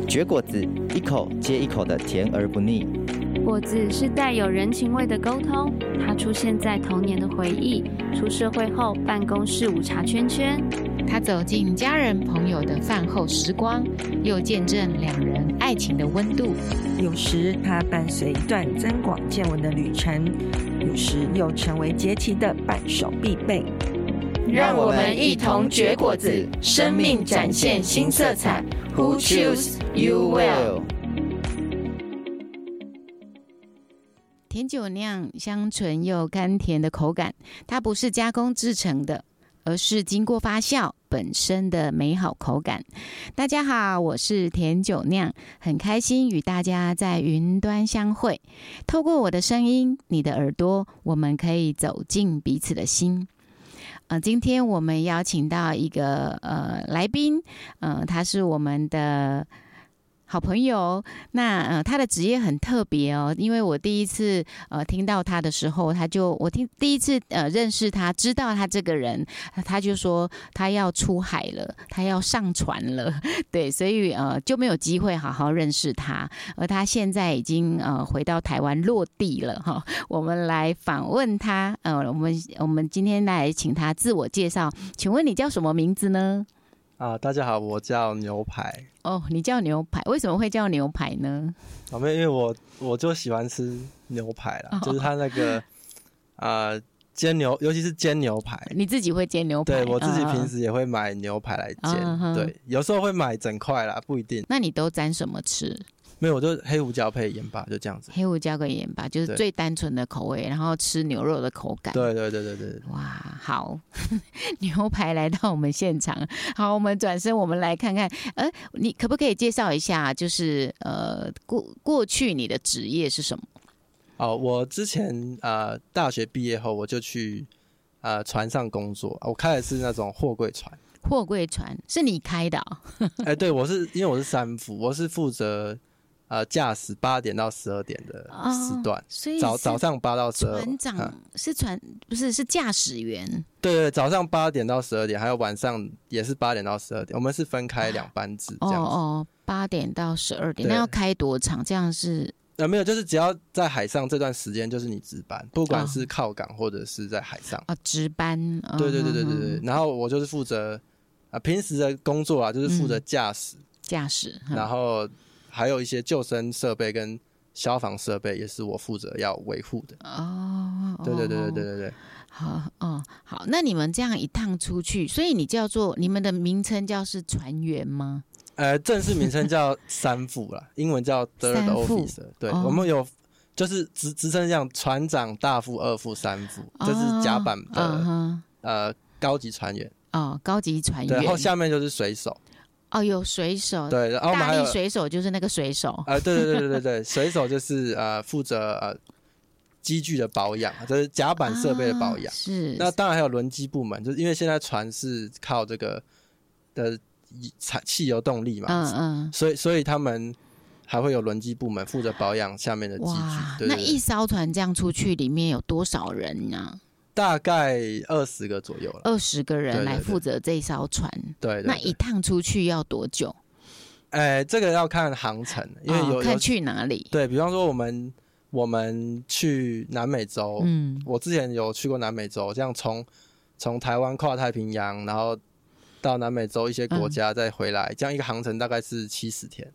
绝果子，一口接一口的甜而不腻。 果子是带有人情味的沟通，它出现在童年的回忆，出社会后办公室午茶圈圈， 它走进家人朋友的饭后时光，又见证两人爱情的温度。 有时它伴随一段增广见闻的旅程，有时又成为节气的伴手必备。 让我们一同绝果子，生命展现新色彩。Who choose you will？ 甜酒酿香醇又甘甜的口感，它不是加工制成的，而是经过发酵本身的美好口感。大家好，我是甜酒酿，很开心与大家在云端相会。透过我的声音，你的耳朵，我们可以走进彼此的心。今天我们邀请到一个来宾，他是我们的好朋友。那他的职业很特别哦，因为我第一次听到他的时候，第一次认识他，知道他这个人，他就说他要出海了，他要上船了，对，所以就没有机会好好认识他。而他现在已经回到台湾落地了哈。我们来访问他，我们今天来请他自我介绍，请问你叫什么名字呢？ 大家好，我叫牛排。 哦，你叫牛排，为什么会叫牛排呢？ 因为我就喜欢吃牛排啦，就是它那个煎牛，尤其是煎牛排。 你自己会煎牛排？ 对，我自己平时也会买牛排来煎。对，有时候会买整块啦，不一定。 那你都沾什么吃？没有，我就黑胡椒配盐巴，就这样子。 黑胡椒跟盐巴就是最单纯的口味，然后吃牛肉的口感。 对。 哇，好，牛排来到我们现场。好，我们转身，我们来看看，你可不可以介绍一下，就是过去你的职业是什么？ 我之前大学毕业后，我就去船上工作，我开的是那种货柜船。 货柜船是你开的哦？ 对，因为我是三副，我是负责驾驶8点到12点的时段， 所以早上8到12。 船长是不是驾驶员？ 对，早上8点到12点，还有晚上也是8点到12点，我们是分开2班制这样子。 8点到12点，那要开多长？这样是？ 没有，就是只要在海上这段时间就是你值班，不管是靠港或者是在海上。 值班。 对。然后我就是负责平时的工作啊，就是负责驾驶，然后还有一些救生设备跟消防设备也是我负责要维护的。对。 好，那你们这样一趟出去，所以你们的名称叫是船员吗？ 正式名称叫三副啦，英文叫 third officer。对，我们有就是职称像船长、大副、二副、三副，这是甲板的高级船员。 高级船员。 对，然后下面就是水手。 有水手。 对，然后我们还有大力水手，就是那个水手。 对，水手就是负责机具的保养，就是甲板设备的保养。 是。 那当然还有轮机部门，就是因为现在船是靠这个的汽油动力嘛，所以他们还会有轮机部门负责保养下面的机具。对。 那一艘船这样出去，里面有多少人呢？ 大概20个左右了。 20个人来负责这艘船。 对。 那一趟出去要多久？ 这个要看航程，因为看去哪里。 对，比方说我们去南美洲，我之前有去过南美洲，这样从台湾跨太平洋，然后到南美洲一些国家再回来，这样一个航程大概是70天。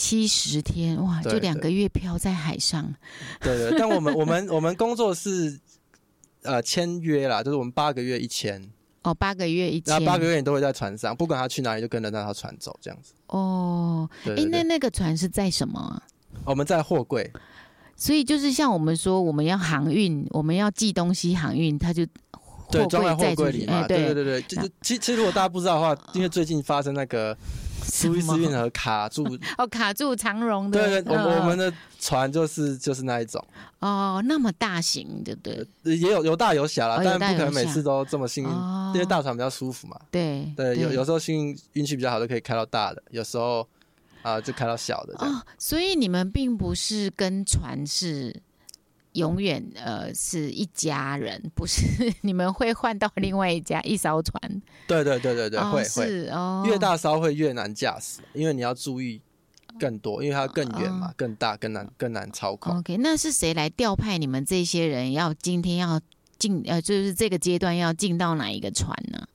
70天，哇，就2个月漂在海上。 对。但我们工作是签约啦，就是我们8个月1签。 8个月1签。 那8个月你都会在船上，不管他去哪里就跟着那条船走这样子。 那个船是在什么？ 我们在货柜。 所以就是像我们说，我们要航运，我们要寄东西航运，它就对装在货柜里嘛。对。其实如果大家不知道的话，因为最近发生那个苏伊士运河卡住卡住长荣的。 对，我们的船就是那一种。 那么大型，对不对？ 也有大有小啦，但不可能每次都这么幸运，因为大船比较舒服嘛。 对。 有时候运气比较好，就可以开到大的，有时候就开到小的这样。 所以你们并不是跟船是永远是一家人，不是你们会换到另外一艘船。 对，会越大艘会越难驾驶，因为你要注意更多，因为它更远嘛，更大，更难操控。 OK， 那是谁来调派你们这些人今天要进就是这个阶段要进到哪一个船呢？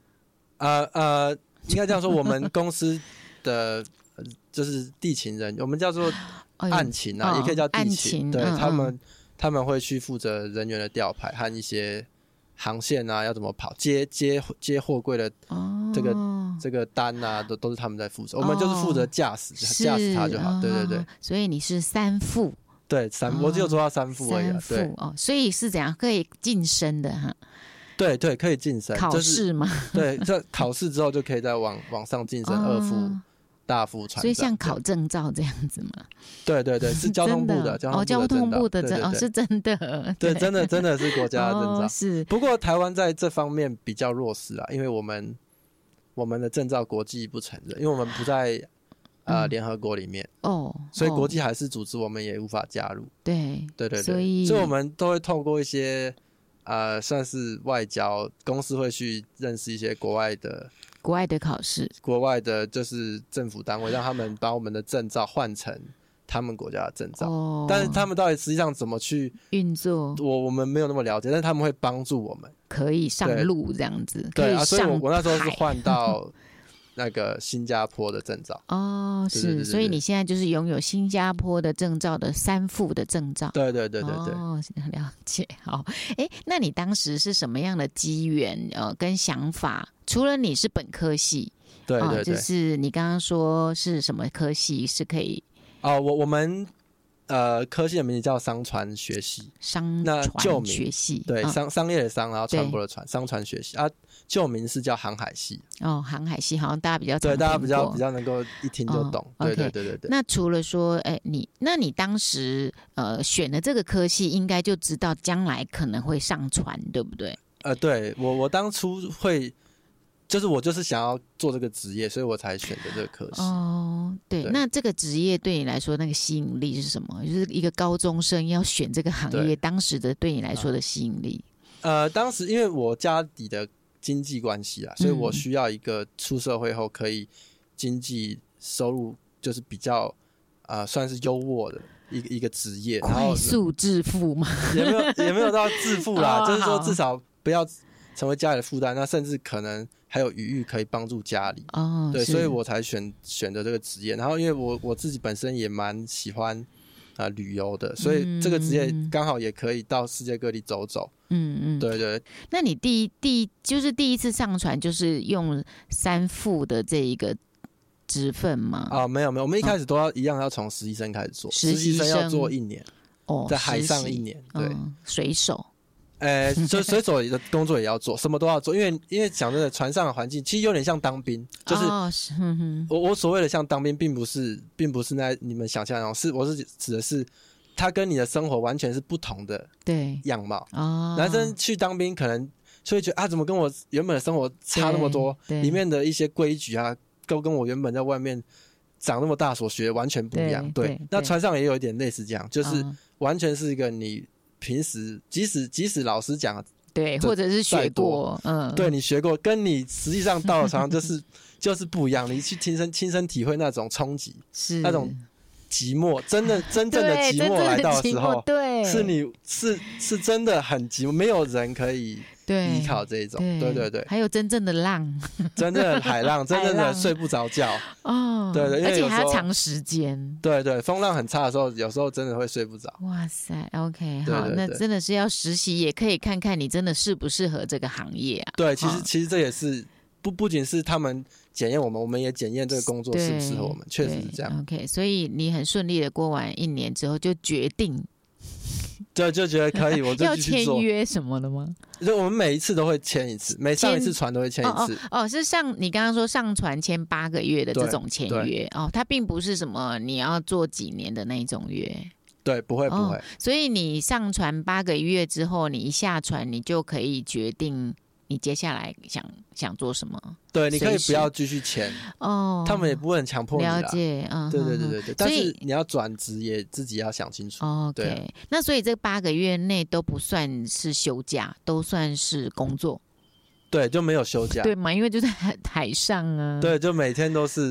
应该这样说，我们公司的就是地勤人，我们叫做岸勤啊，也可以叫地勤。对，他们会去负责人员的调排和一些航线啊，要怎么跑，接货柜的这个单啊，都是他们在负责。我们就是负责驾驶它就好。对对对。 所以你是3副。 对，我只有做到3副而已。 3副哦，所以是怎样可以晋升的哈？ 对对，可以晋升。 考试吗？ 对，这考试之后就可以再往上晋升2副、大副船长。 所以像考证照这样子吗？ 对对对，是交通部的交通部的证是真的。 对，真的是国家的证照。 是。 不过台湾在这方面比较弱势啊，因为我们的证照国际不承认，因为我们不在联合国里面所以国际海事组织我们也无法加入。 对， 所以我们都会透过一些算是外交公司会去认识一些国外的考试， 国外的就是政府单位，让他们把我们的证照换成他们国家的证照。但是他们到底实际上怎么去运作， 我们没有那么了解，但是他们会帮助我们， 可以上路这样子。 对啊，所以我那时候是换到那个新加坡的证照。 是，对，所以你现在就是拥有新加坡的证照的3副的证照。 对，了解。好，那你当时是什么样的机缘跟想法？除了你是本科系， 对， 就是你刚刚说是什么科系是可以？ 我们科系的名字叫商船学系， 那旧名学系， 对，商业的商，然后船舶的船，商船学系啊。旧名是叫航海系。航海系好像大家比较常听过，对，大家比较能够一听就懂。对。 那除了说，那你当时选的这个科系，应该就知道将来可能会上船，对不对？ 对，我当初会。我就是想要做这个职业，所以我才选择这个科系。 对，那这个职业对你来说那个吸引力是什么？就是一个高中生要选这个行业，当时的对你来说的吸引力。 当时因为我家里的经济关系所以我需要一个出社会后可以经济收入就是比较算是优渥的一个职业，然后快速致富嘛？ 也没有到致富啦，就是说至少不要成为家里的负担，那甚至可能还有余裕可以帮助家里。对，所以我才选择这个职业。然后因为我自己本身也蛮喜欢旅游的，所以这个职业刚好也可以到世界各地走走。对。 那你第一次上船就是用3副的这一个职分吗？ 没有，我们一开始都要一样，要从实习生开始做。实习生要做1年，在海上1年。对， 水手。 就水手的工作也要做，什么都要做，因为讲真的，船上的环境其实有点像当兵，就是我所谓的像当兵，并不是那你们想象那种，我是指的是，它跟你的生活完全是不同的样貌。男生去当兵可能就会觉得怎么跟我原本的生活差那么多，里面的一些规矩都跟我原本在外面长那么大所学完全不一样。对，那船上也有一点类似这样，就是完全是一个你。平时即使老师讲， 对，或者是学过， 对，你学过，跟你实际上到了船上就是不一样。你去亲身体会那种冲击，是那种寂寞，真正的寂寞来到的时候， 对， 是真的很寂寞，没有人可以依靠这种，对， 还有真正的浪， 真正的海浪，真正的睡不着觉。对， 而且还要长时间。 对，风浪很差的时候，有时候真的会睡不着。 哇塞 ，OK， 好，那真的是要实习，也可以看看你真的适不适合这个行业啊。 对，其实这也是不仅是他们检验我们也检验这个工作适不适合我们，确实是这样。 OK， 所以你很顺利的过完1年之后，就决定。 对，就觉得可以，我就继续做。 要签约什么的吗？ 就我们每一次都会签一次，每上一次船都会签一次。 是你刚刚说上船签8个月的这种签约它并不是什么你要做几年的那种约。 对，不会。 所以你上船8个月之后，你一下船，你就可以决定你接下来想做什么。 对，你可以不要继续签他们也不会很强迫你啦。 了解， 对。但是你要转职也自己要想清楚。 对，那所以这8个月内都不算是休假，都算是工作。 对，就没有休假。 对嘛，因为就在海上啊。 对，就每天都是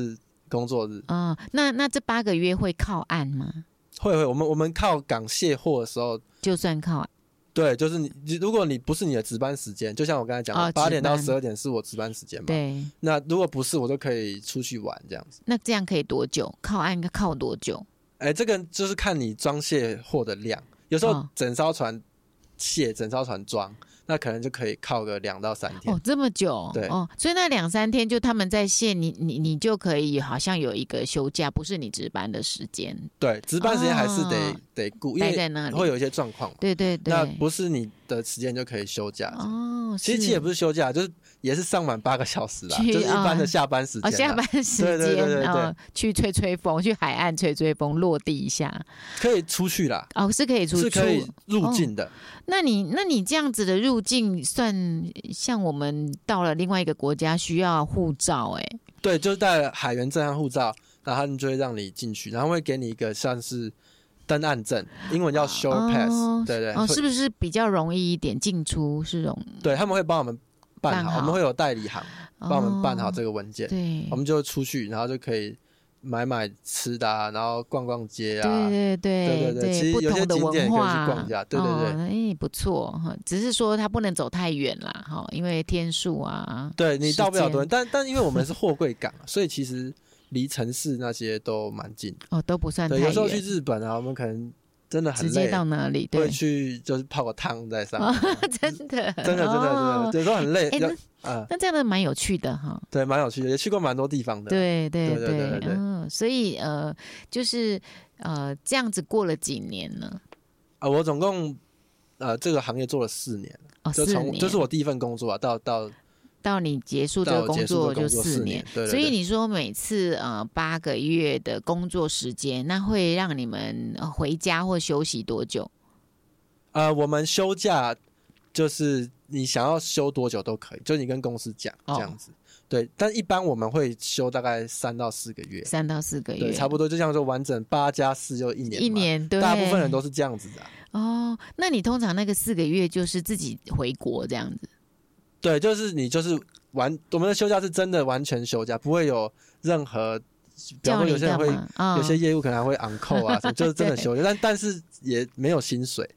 工作日。 那这8个月会靠岸吗？ 会，我们靠港卸货的时候就算靠岸。 对，就是如果你不是你的值班时间，就像我刚才讲的，8点到12点是我值班时间嘛。 对。 那如果不是，我都可以出去玩这样子。 那这样可以多久？靠岸靠多久？ 这个就是看你装卸货的量，有时候整艘船卸，整艘船装。那可能就可以靠个2到3天。 这么久。 对。 所以那2、3天就他们在卸，你就可以好像有一个休假，不是你值班的时间。 对，值班时间还是得顾，因为会有一些状况。 对。 那不是你的时间就可以休假。其实也不是休假，就是也是上满8个小时啦，就是一般的下班时间。 下班时间。对。去吹风，去海岸吹风，落地一下。 可以出去啦。 是可以出去， 是可以入境的。 那你这样子的入境算像我们到了另外一个国家需要护照？ 对，就是带了海员证和护照，然后他们就会让你进去，然后会给你一个像是登岸证，英文叫 shore pass。对。 是不是比较容易一点进出？是容易。 对，他们会帮我们办好，我们会有代理行帮我们办好这个文件。 对， 我们就出去，然后就可以买吃的啊，然后逛街啊。 对， 其实有些景点也可以去逛一下。对。 不错，只是说它不能走太远啦，因为天数啊。 对，你到不了多远，但因为我们是货柜港，所以其实离城市那些都蛮近。 都不算太远。 有时候去日本啊，我们可能真的很累， 直接到哪里？对， 会去就是泡个汤在上面。 真的， 有时候很累。 那这样的蛮有趣的哈。 对，蛮有趣的，也去过蛮多地方的。 对。所以就是这样子过了几年呢？ 我总共这个行业做了4年了。4年，就是我第一份工作啊，到你结束这个工作就4年。 对。 所以你说每次8个月的工作时间，那会让你们回家或休息多久？ 我们休假就是你想要休多久都可以，就你跟公司讲这样子。对，但一般我们会休大概3到4个月。3 到4个月， 对，差不多就像说完整8+4就1年。 1年，对， 大部分人都是这样子的。 那你通常那个4个月就是自己回国这样子？ 对，就是你就是我们的休假是真的完全休假，不会有任何，比方说有些人会有些业务可能还会 on call 啊，就是真的休假，但是也没有薪水。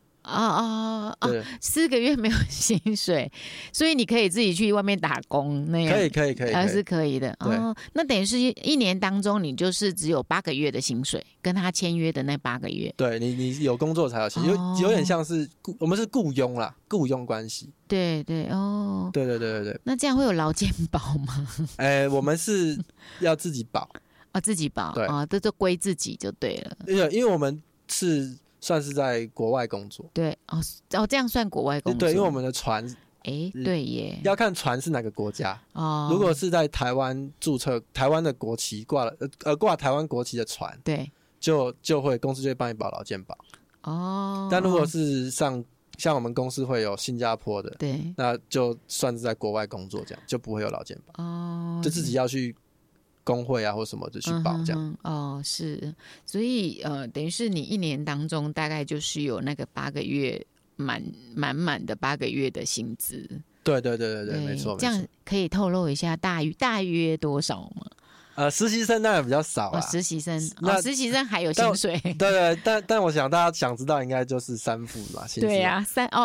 4个月没有薪水，所以你可以自己去外面打工那样。 可以， 是可以的。那等于是1年当中，你就是只有8个月的薪水，跟他签约的那8个月。 对，你有工作才有薪，有点像是我们是雇佣啦，雇佣关系。 对。对。那这样会有劳健保吗？ 我们是要自己保。 自己保。 对。 这就归自己就对了。 因为我们是算是在国外工作。 对。这样算国外工作。 对，因为我们的船对耶， 要看船是哪个国家。如果是在台湾注册，台湾的国旗挂台湾国旗的船， 对， 就会公司就会帮你保劳健保。但如果是像我们公司会有新加坡的， 对， 那就算是在国外工作，这样就不会有劳健保。就自己要去工会啊或什么就去保这样。 是，所以等于是你1年当中大概就是有那个8个月满的8个月的薪资。 对，没错。 这样可以透露一下大约多少吗？ 实习生当然比较少啊。 实习生还有薪水。 对，但我想大家想知道应该就是3副嘛薪资。 对啊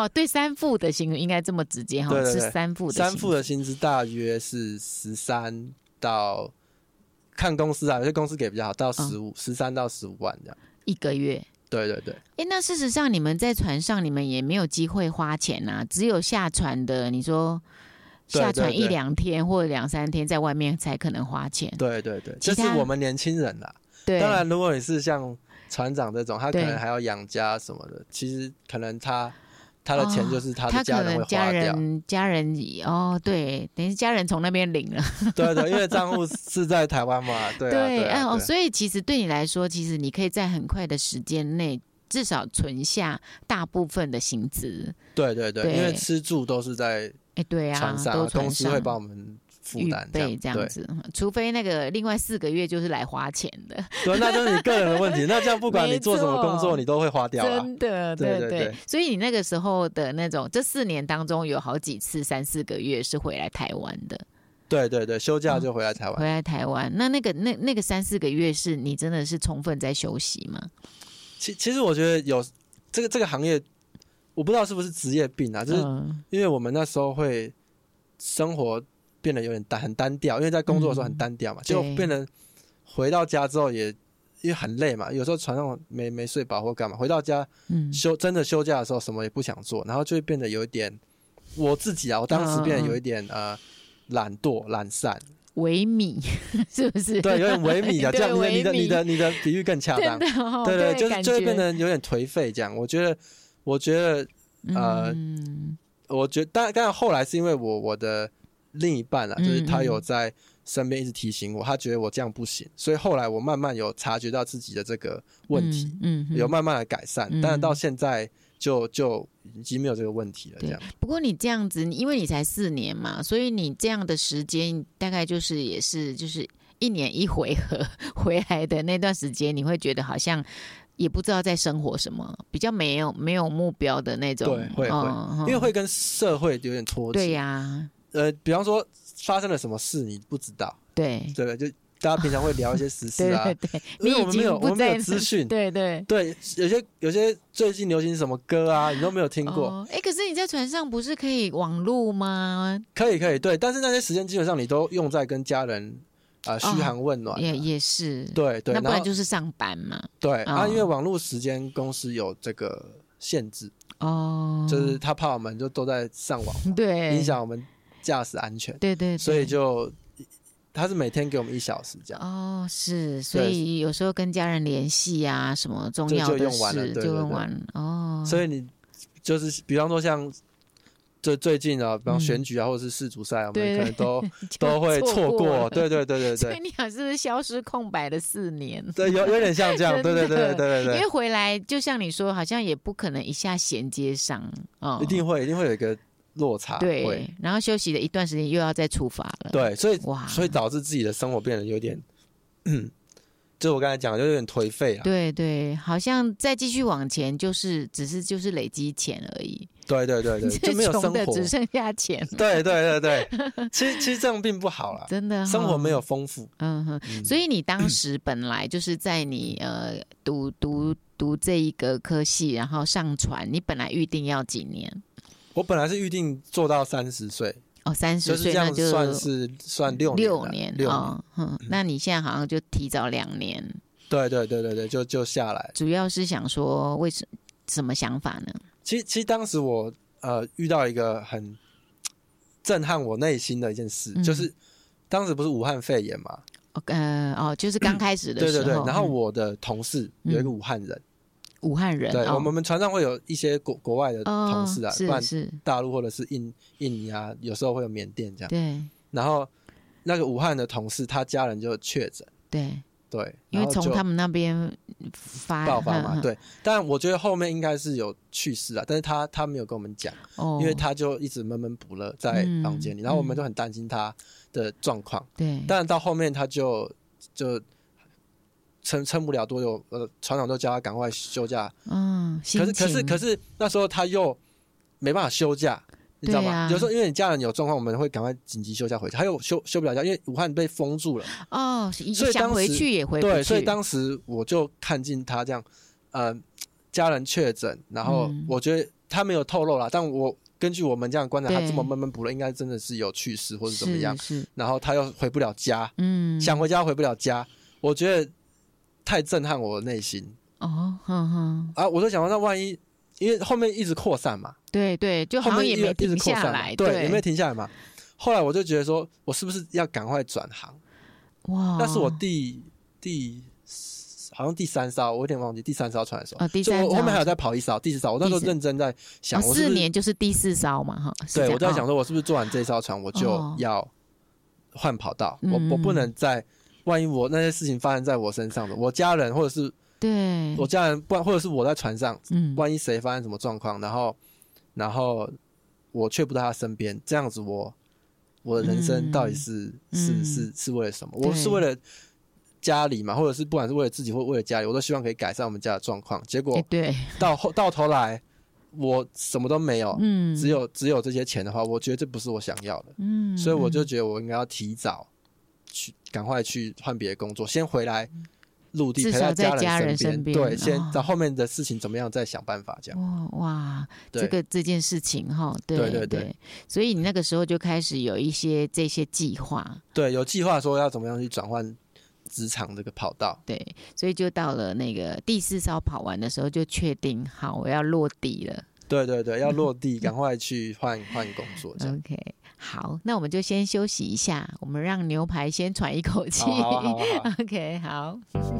，3副的薪资应该这么直接哈，是3副的薪资。 3副的薪资大约是13到。看公司啊，有些公司给比较好，到13到15万这样 1个月。 对。 那事实上你们在船上，你们也没有机会花钱啊，只有下船的，你说下船1、2天或者2、3天在外面才可能花钱。 对，就是我们年轻人啦。 对， 当然如果你是像船长这种，他可能还要养家什么的，其实可能他的钱就是他的家人会花掉。 家人对，等于家人从那边领了。 对，因为账户是在台湾嘛。对。 所以其实对你来说，其实你可以在很快的时间内至少存下大部分的薪资。对， 因为吃住都是在船上，公司会帮我们负担这样子，除非那个另外4个月就是来花钱的。 对，那就是你个人的问题。那这样不管你做什么工作，你都会花掉啊。 真的，对。所以你那个时候的那种，这4年当中有好几次3、4个月是回来台湾的。 对对对，休假就回来台湾。 回来台湾，那个3-4个月是你真的是充分在休息吗？ 其实我觉得有这个行业，我不知道是不是职业病啊，就是因为我们那时候会生活变得有点很单调，因为在工作的时候很单调嘛，结果变成回到家之后也因为很累嘛，有时候船上没睡饱或干嘛，回到家真的休假的时候什么也不想做，然后就会变得有一点，我自己啊，我当时变得有一点懒惰懒散。 萎靡是不是？ 对，有点萎靡的，这样你的比喻更恰当。对对，就会变得有点颓废这样。我觉得，我觉得当然后来是因为我的另一半啊，就是他有在身边一直提醒我，他觉得我这样不行，所以后来我慢慢有察觉到自己的这个问题，有慢慢的改善。当然到现在就已经没有这个问题了。这样。 不过你这样子，因为你才4年嘛，所以你这样的时间大概就是也是就是1年1回合回来的那段时间，你会觉得好像也不知道在生活什么，比较没有目标的那种。 对，会，因为会跟社会有点脱节。 对呀， 比方说发生了什么事你不知道。对，就大家平常会聊一些时事啊， 对， 因为我们没有资讯， 对， 有些最近流行什么歌啊，你都没有听过。 可是你在船上不是可以网路吗？ 可以，对，但是那些时间基本上你都用在跟家人嘘寒问暖， 也是， 对， 那不然就是上班嘛。 对因为网络时间公司有这个限制就是他怕我们就都在上网，对，影响我们驾驶安全，对，所以就。他是每天给我们1小时这样。 是，所以有时候跟家人联系啊，什么重要的事就用完了。 所以你就是比方说像最近啊，比方选举啊，或者是世足赛，我们可能都会错过。对。 所以你好像是不是消失空白的4年？ 对，有点像这样。对。 因为回来就像你说，好像也不可能一下衔接上。 一定会有一个。落差对，然后休息了一段时间又要再出发了， 对，所以导致自己的生活变得有点，就我刚才讲的，就有点颓废啊。 对，好像再继续往前，就是累积钱而已。对， 就没有生活， 只剩下钱。 对，其实这样并不好啦， 真的， 生活没有丰富。 所以你当时本来就是在你读这一个科系，然后上船，你本来预定要几年？ 我本来是预定做到30岁 ，30岁就是这样算6年。 那你现在好像就提早2年。 对，就下来。 主要是想说为什么想法呢？ 其实当时我遇到一个很震撼我内心的一件事，就是当时不是武汉肺炎嘛？ 就是刚开始的时候。 对。然后我的同事有一个武汉人。对，我们船上会有一些国外的同事啊，不然大陆或者是印尼啊，有时候会有缅甸这样。对。然后那个武汉的同事，他家人就确诊。对， 因为从他们那边爆发嘛。对，但我觉得后面应该是有去世啊，但是他没有跟我们讲，因为他就一直闷闷不乐在房间里，然后我们就很担心他的状况。对。但到后面他就撑不了多久，船长都叫他赶快休假。可是那时候他又没办法休假，你知道吗？有时候因为你家人有状况，我们会赶快紧急休假回去，他又休不了假，因为武汉被封住了。 所以想回去也回不去。 对，所以当时我就看进他这样，家人确诊，然后我觉得他没有透露啦，但我根据我们这样观察，他这么闷闷不乐，应该真的是有去世或者怎么样。然后他又回不了家，想回家回不了家，我觉得。太震撼我的内心我就想说，那万一因为后面一直扩散嘛， 对，就好像也没停下来， 对，也没停下来嘛。后来我就觉得说，我是不是要赶快转行？哇，那是我好像第3艘，我有点忘记第3艘船的时候，就我后面还有在跑1艘，第4艘，我那时候认真在想，我 4年就是第4艘嘛， 对，我在想说，我是不是做完这艘船，我就要换跑道，我不能再。万一我那些事情发生在我身上的，我家人或者是我家人，或者是我在船上，万一谁发生什么状况，然后我却不在他身边，这样子我的人生到底是为了什么？我是为了家里嘛，或者是不管是为了自己或为了家里，我都希望可以改善我们家的状况。结果到头来， 我什么都没有，只有这些钱的话，我觉得这不是我想要的，所以我就觉得我应该要提早去，赶快去换别的工作，先回来陆地陪在家人身边，对，先在后面的事情怎么样再想办法这样。 哇，这件事情哈，对，所以你那个时候就开始有一些这些计划， 对，有计划说要怎么样去转换职场这个跑道， 对，所以就到了那个第4艘跑完的时候，就确定好我要落地了。 对，要落地，赶快去换工作这样。 OK， 好，那我们就先休息一下，我们让牛排先喘一口气。 好 OK， 好。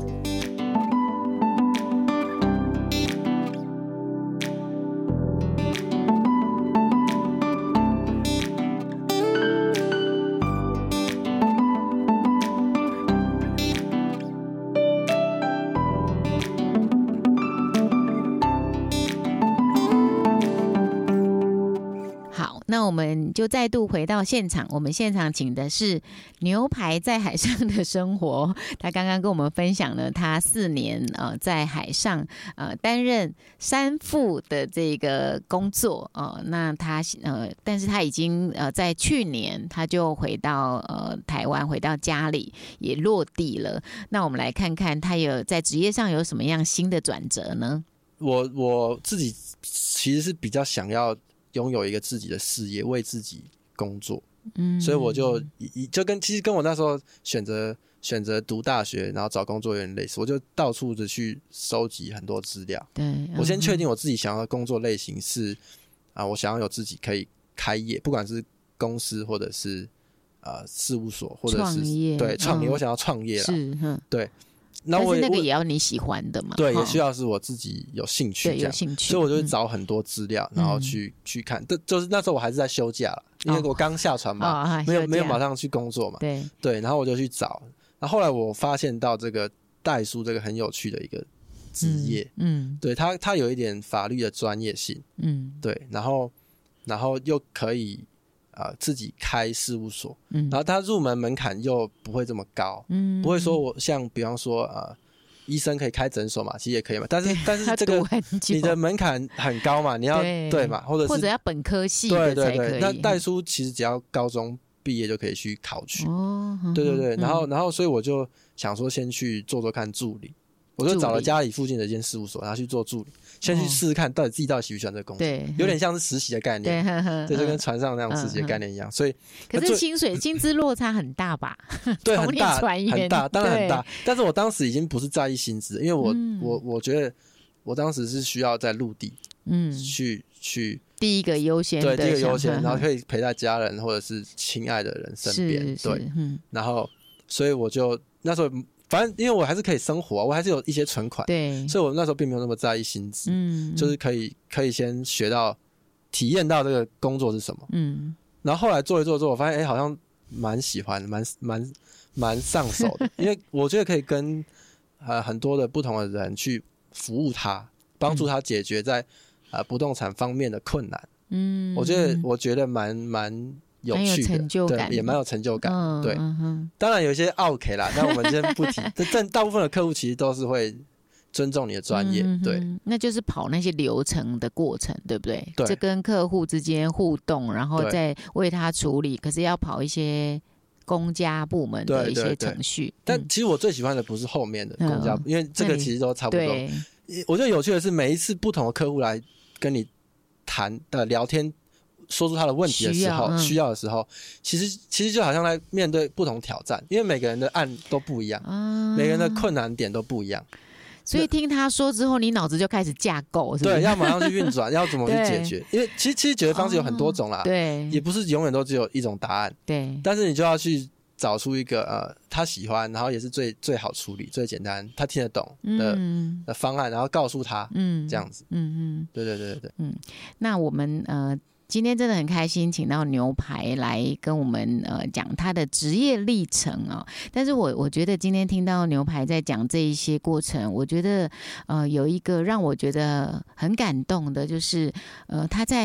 那我们就再度回到现场，我们现场请的是牛排在海上的生活。他刚刚跟我们分享了他4年在海上担任3副的这个工作那他但是他已经在去年他就回到台湾，回到家里也落地了。那我们来看看他有在职业上有什么样新的转折呢？ 我自己其实是比较想要拥有一个自己的事业，为自己工作，所以我就其实跟我那时候选择读大学然后找工作有点类似，我就到处的去收集很多资料。 对， 我先确定我自己想要的工作类型是我想要有自己可以开业，不管是公司或者是事务所，或者是创业，我想要创业啦， 是，对。 但是那个也要你喜欢的嘛？ 对，也需要是我自己有兴趣， 对，有兴趣， 所以我就会找很多资料，然后去看。就是那时候我还是在休假了，因为我刚下船嘛，没有马上去工作嘛。对，然后我就去找。然后后来我发现到这个代书这个很有趣的一个职业，对，它有一点法律的专业性，对，然后又可以自己开事务所，然后它入门门槛又不会这么高，不会说我像比方说医生可以开诊所嘛，其实也可以嘛，但是这个你的门槛很高嘛，你要对嘛，或者要本科系的才可以。 那代书其实只要高中毕业就可以去考取，对，然后所以我就想说先去做看助理，我就找了家里附近的一间事务所，然后去做助理。先去试试看自己到底喜不喜欢这个工作，对，有点像是实习的概念，对，就跟船上那样实习的概念一样。所以， 可是薪资落差很大吧？ 对，很大，当然很大。但是我当时已经不是在意薪资，因为我觉得我当时是需要在陆地，去第一个优先的， 对，第一个优先，然后可以陪在家人或者是亲爱的人身边，对，然后所以我就那时候。反正因为我还是可以生活我还是有一些存款， 对， 所以我那时候并没有那么在意薪资，就是可以先学到体验到这个工作是什么，然后后来做一做，我发现好像蛮喜欢的，蛮上手的，因为我觉得可以跟很多的不同的人去服务他，帮助他解决在不动产方面的困难，我觉得蛮有趣的，对，也蛮有成就感，对，当然有一些OK啦，但我们先不提。但大部分的客户其实都是会尊重你的专业，对， 那就是跑那些流程的过程，对不对？ 对， 这跟客户之间互动，然后再为他处理，可是要跑一些公家部门的一些程序。 但其实我最喜欢的不是后面的公家，因为这个其实都差不多。我觉得有趣的是，每一次不同的客户来跟你谈聊天。说出他的问题的时候，需要的时候，其实就好像在面对不同挑战，因为每个人的案都不一样，每个人的困难点都不一样， 所以听他说之后，你脑子就开始架构，是不是？ 对，要马上去运转，要怎么去解决？因为其实解决方式有很多种啦， 对， 也不是永远都只有一种答案， 对， 但是你就要去找出一个他喜欢，然后也是最好处理、最简单、他听得懂的方案，然后告诉他，这样子，对， 那我们今天真的很开心，请到牛排来跟我们讲他的职业历程但是我觉得今天听到牛排在讲这一些过程，我觉得有一个让我觉得很感动的，就是他在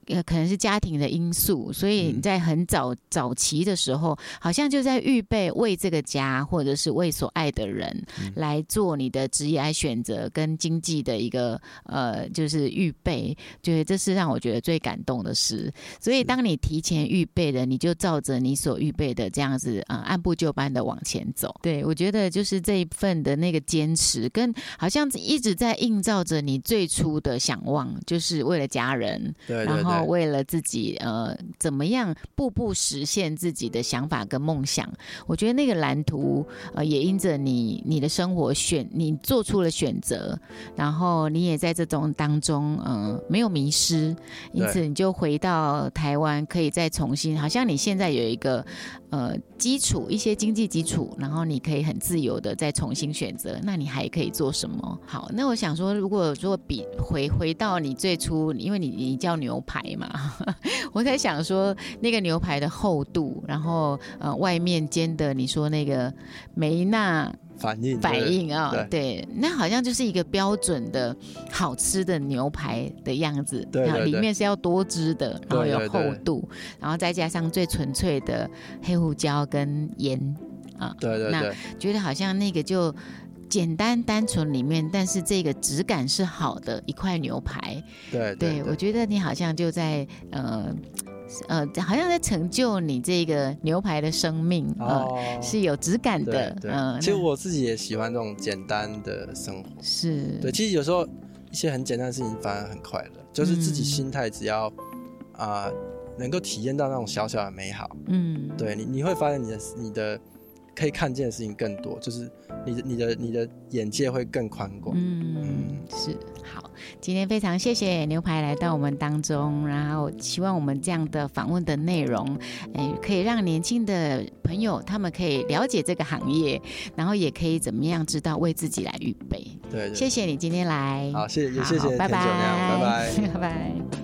可能是家庭的因素，所以你在很早期的时候，好像就在预备为这个家或者是为所爱的人来做你的职业选择跟经济的一个就是预备，觉得这是让我觉得最感动的事。所以当你提前预备的，你就照着你所预备的这样子按部就班的往前走。对，我觉得就是这一份的那个坚持，跟好像一直在映照着你最初的想望，就是为了家人， 对， 然后为了自己怎么样步步实现自己的想法跟梦想。我觉得那个蓝图也因着你的生活你做出了选择，然后你也在这种当中没有迷失，因此你就回到台湾，可以再重新，好像你现在有一个基础，一些经济基础，然后你可以很自由的再重新选择，那你还可以做什么？好，那我想说，如果说回到你最初，因为你叫牛排嘛，我在想说那个牛排的厚度，然后外面煎的你说那个梅纳反应啊，对，那好像就是一个标准的好吃的牛排的样子， 对， 里面是要多汁的，然后有厚度，然后再加上最纯粹的黑胡椒跟盐啊， 对， 那觉得好像那个就简单单纯里面，但是这个质感是好的一块牛排，对，我觉得你好像就在好像在成就你这个牛排的生命，是有质感的。 对，其实我自己也喜欢这种简单的生活。 是， 对，其实有时候一些很简单的事情反而很快乐，就是自己心态只要能够体验到那种小小的美好，对，你会发现你的可以看见的事情更多，就是你的眼界会更宽广。 是。好，今天非常谢谢牛排来到我们当中，然后希望我们这样的访问的内容，可以让年轻的朋友他们可以了解这个行业，然后也可以怎么样知道为自己来预备。 对， 谢谢你今天来。 好，谢谢，拜拜， 拜拜。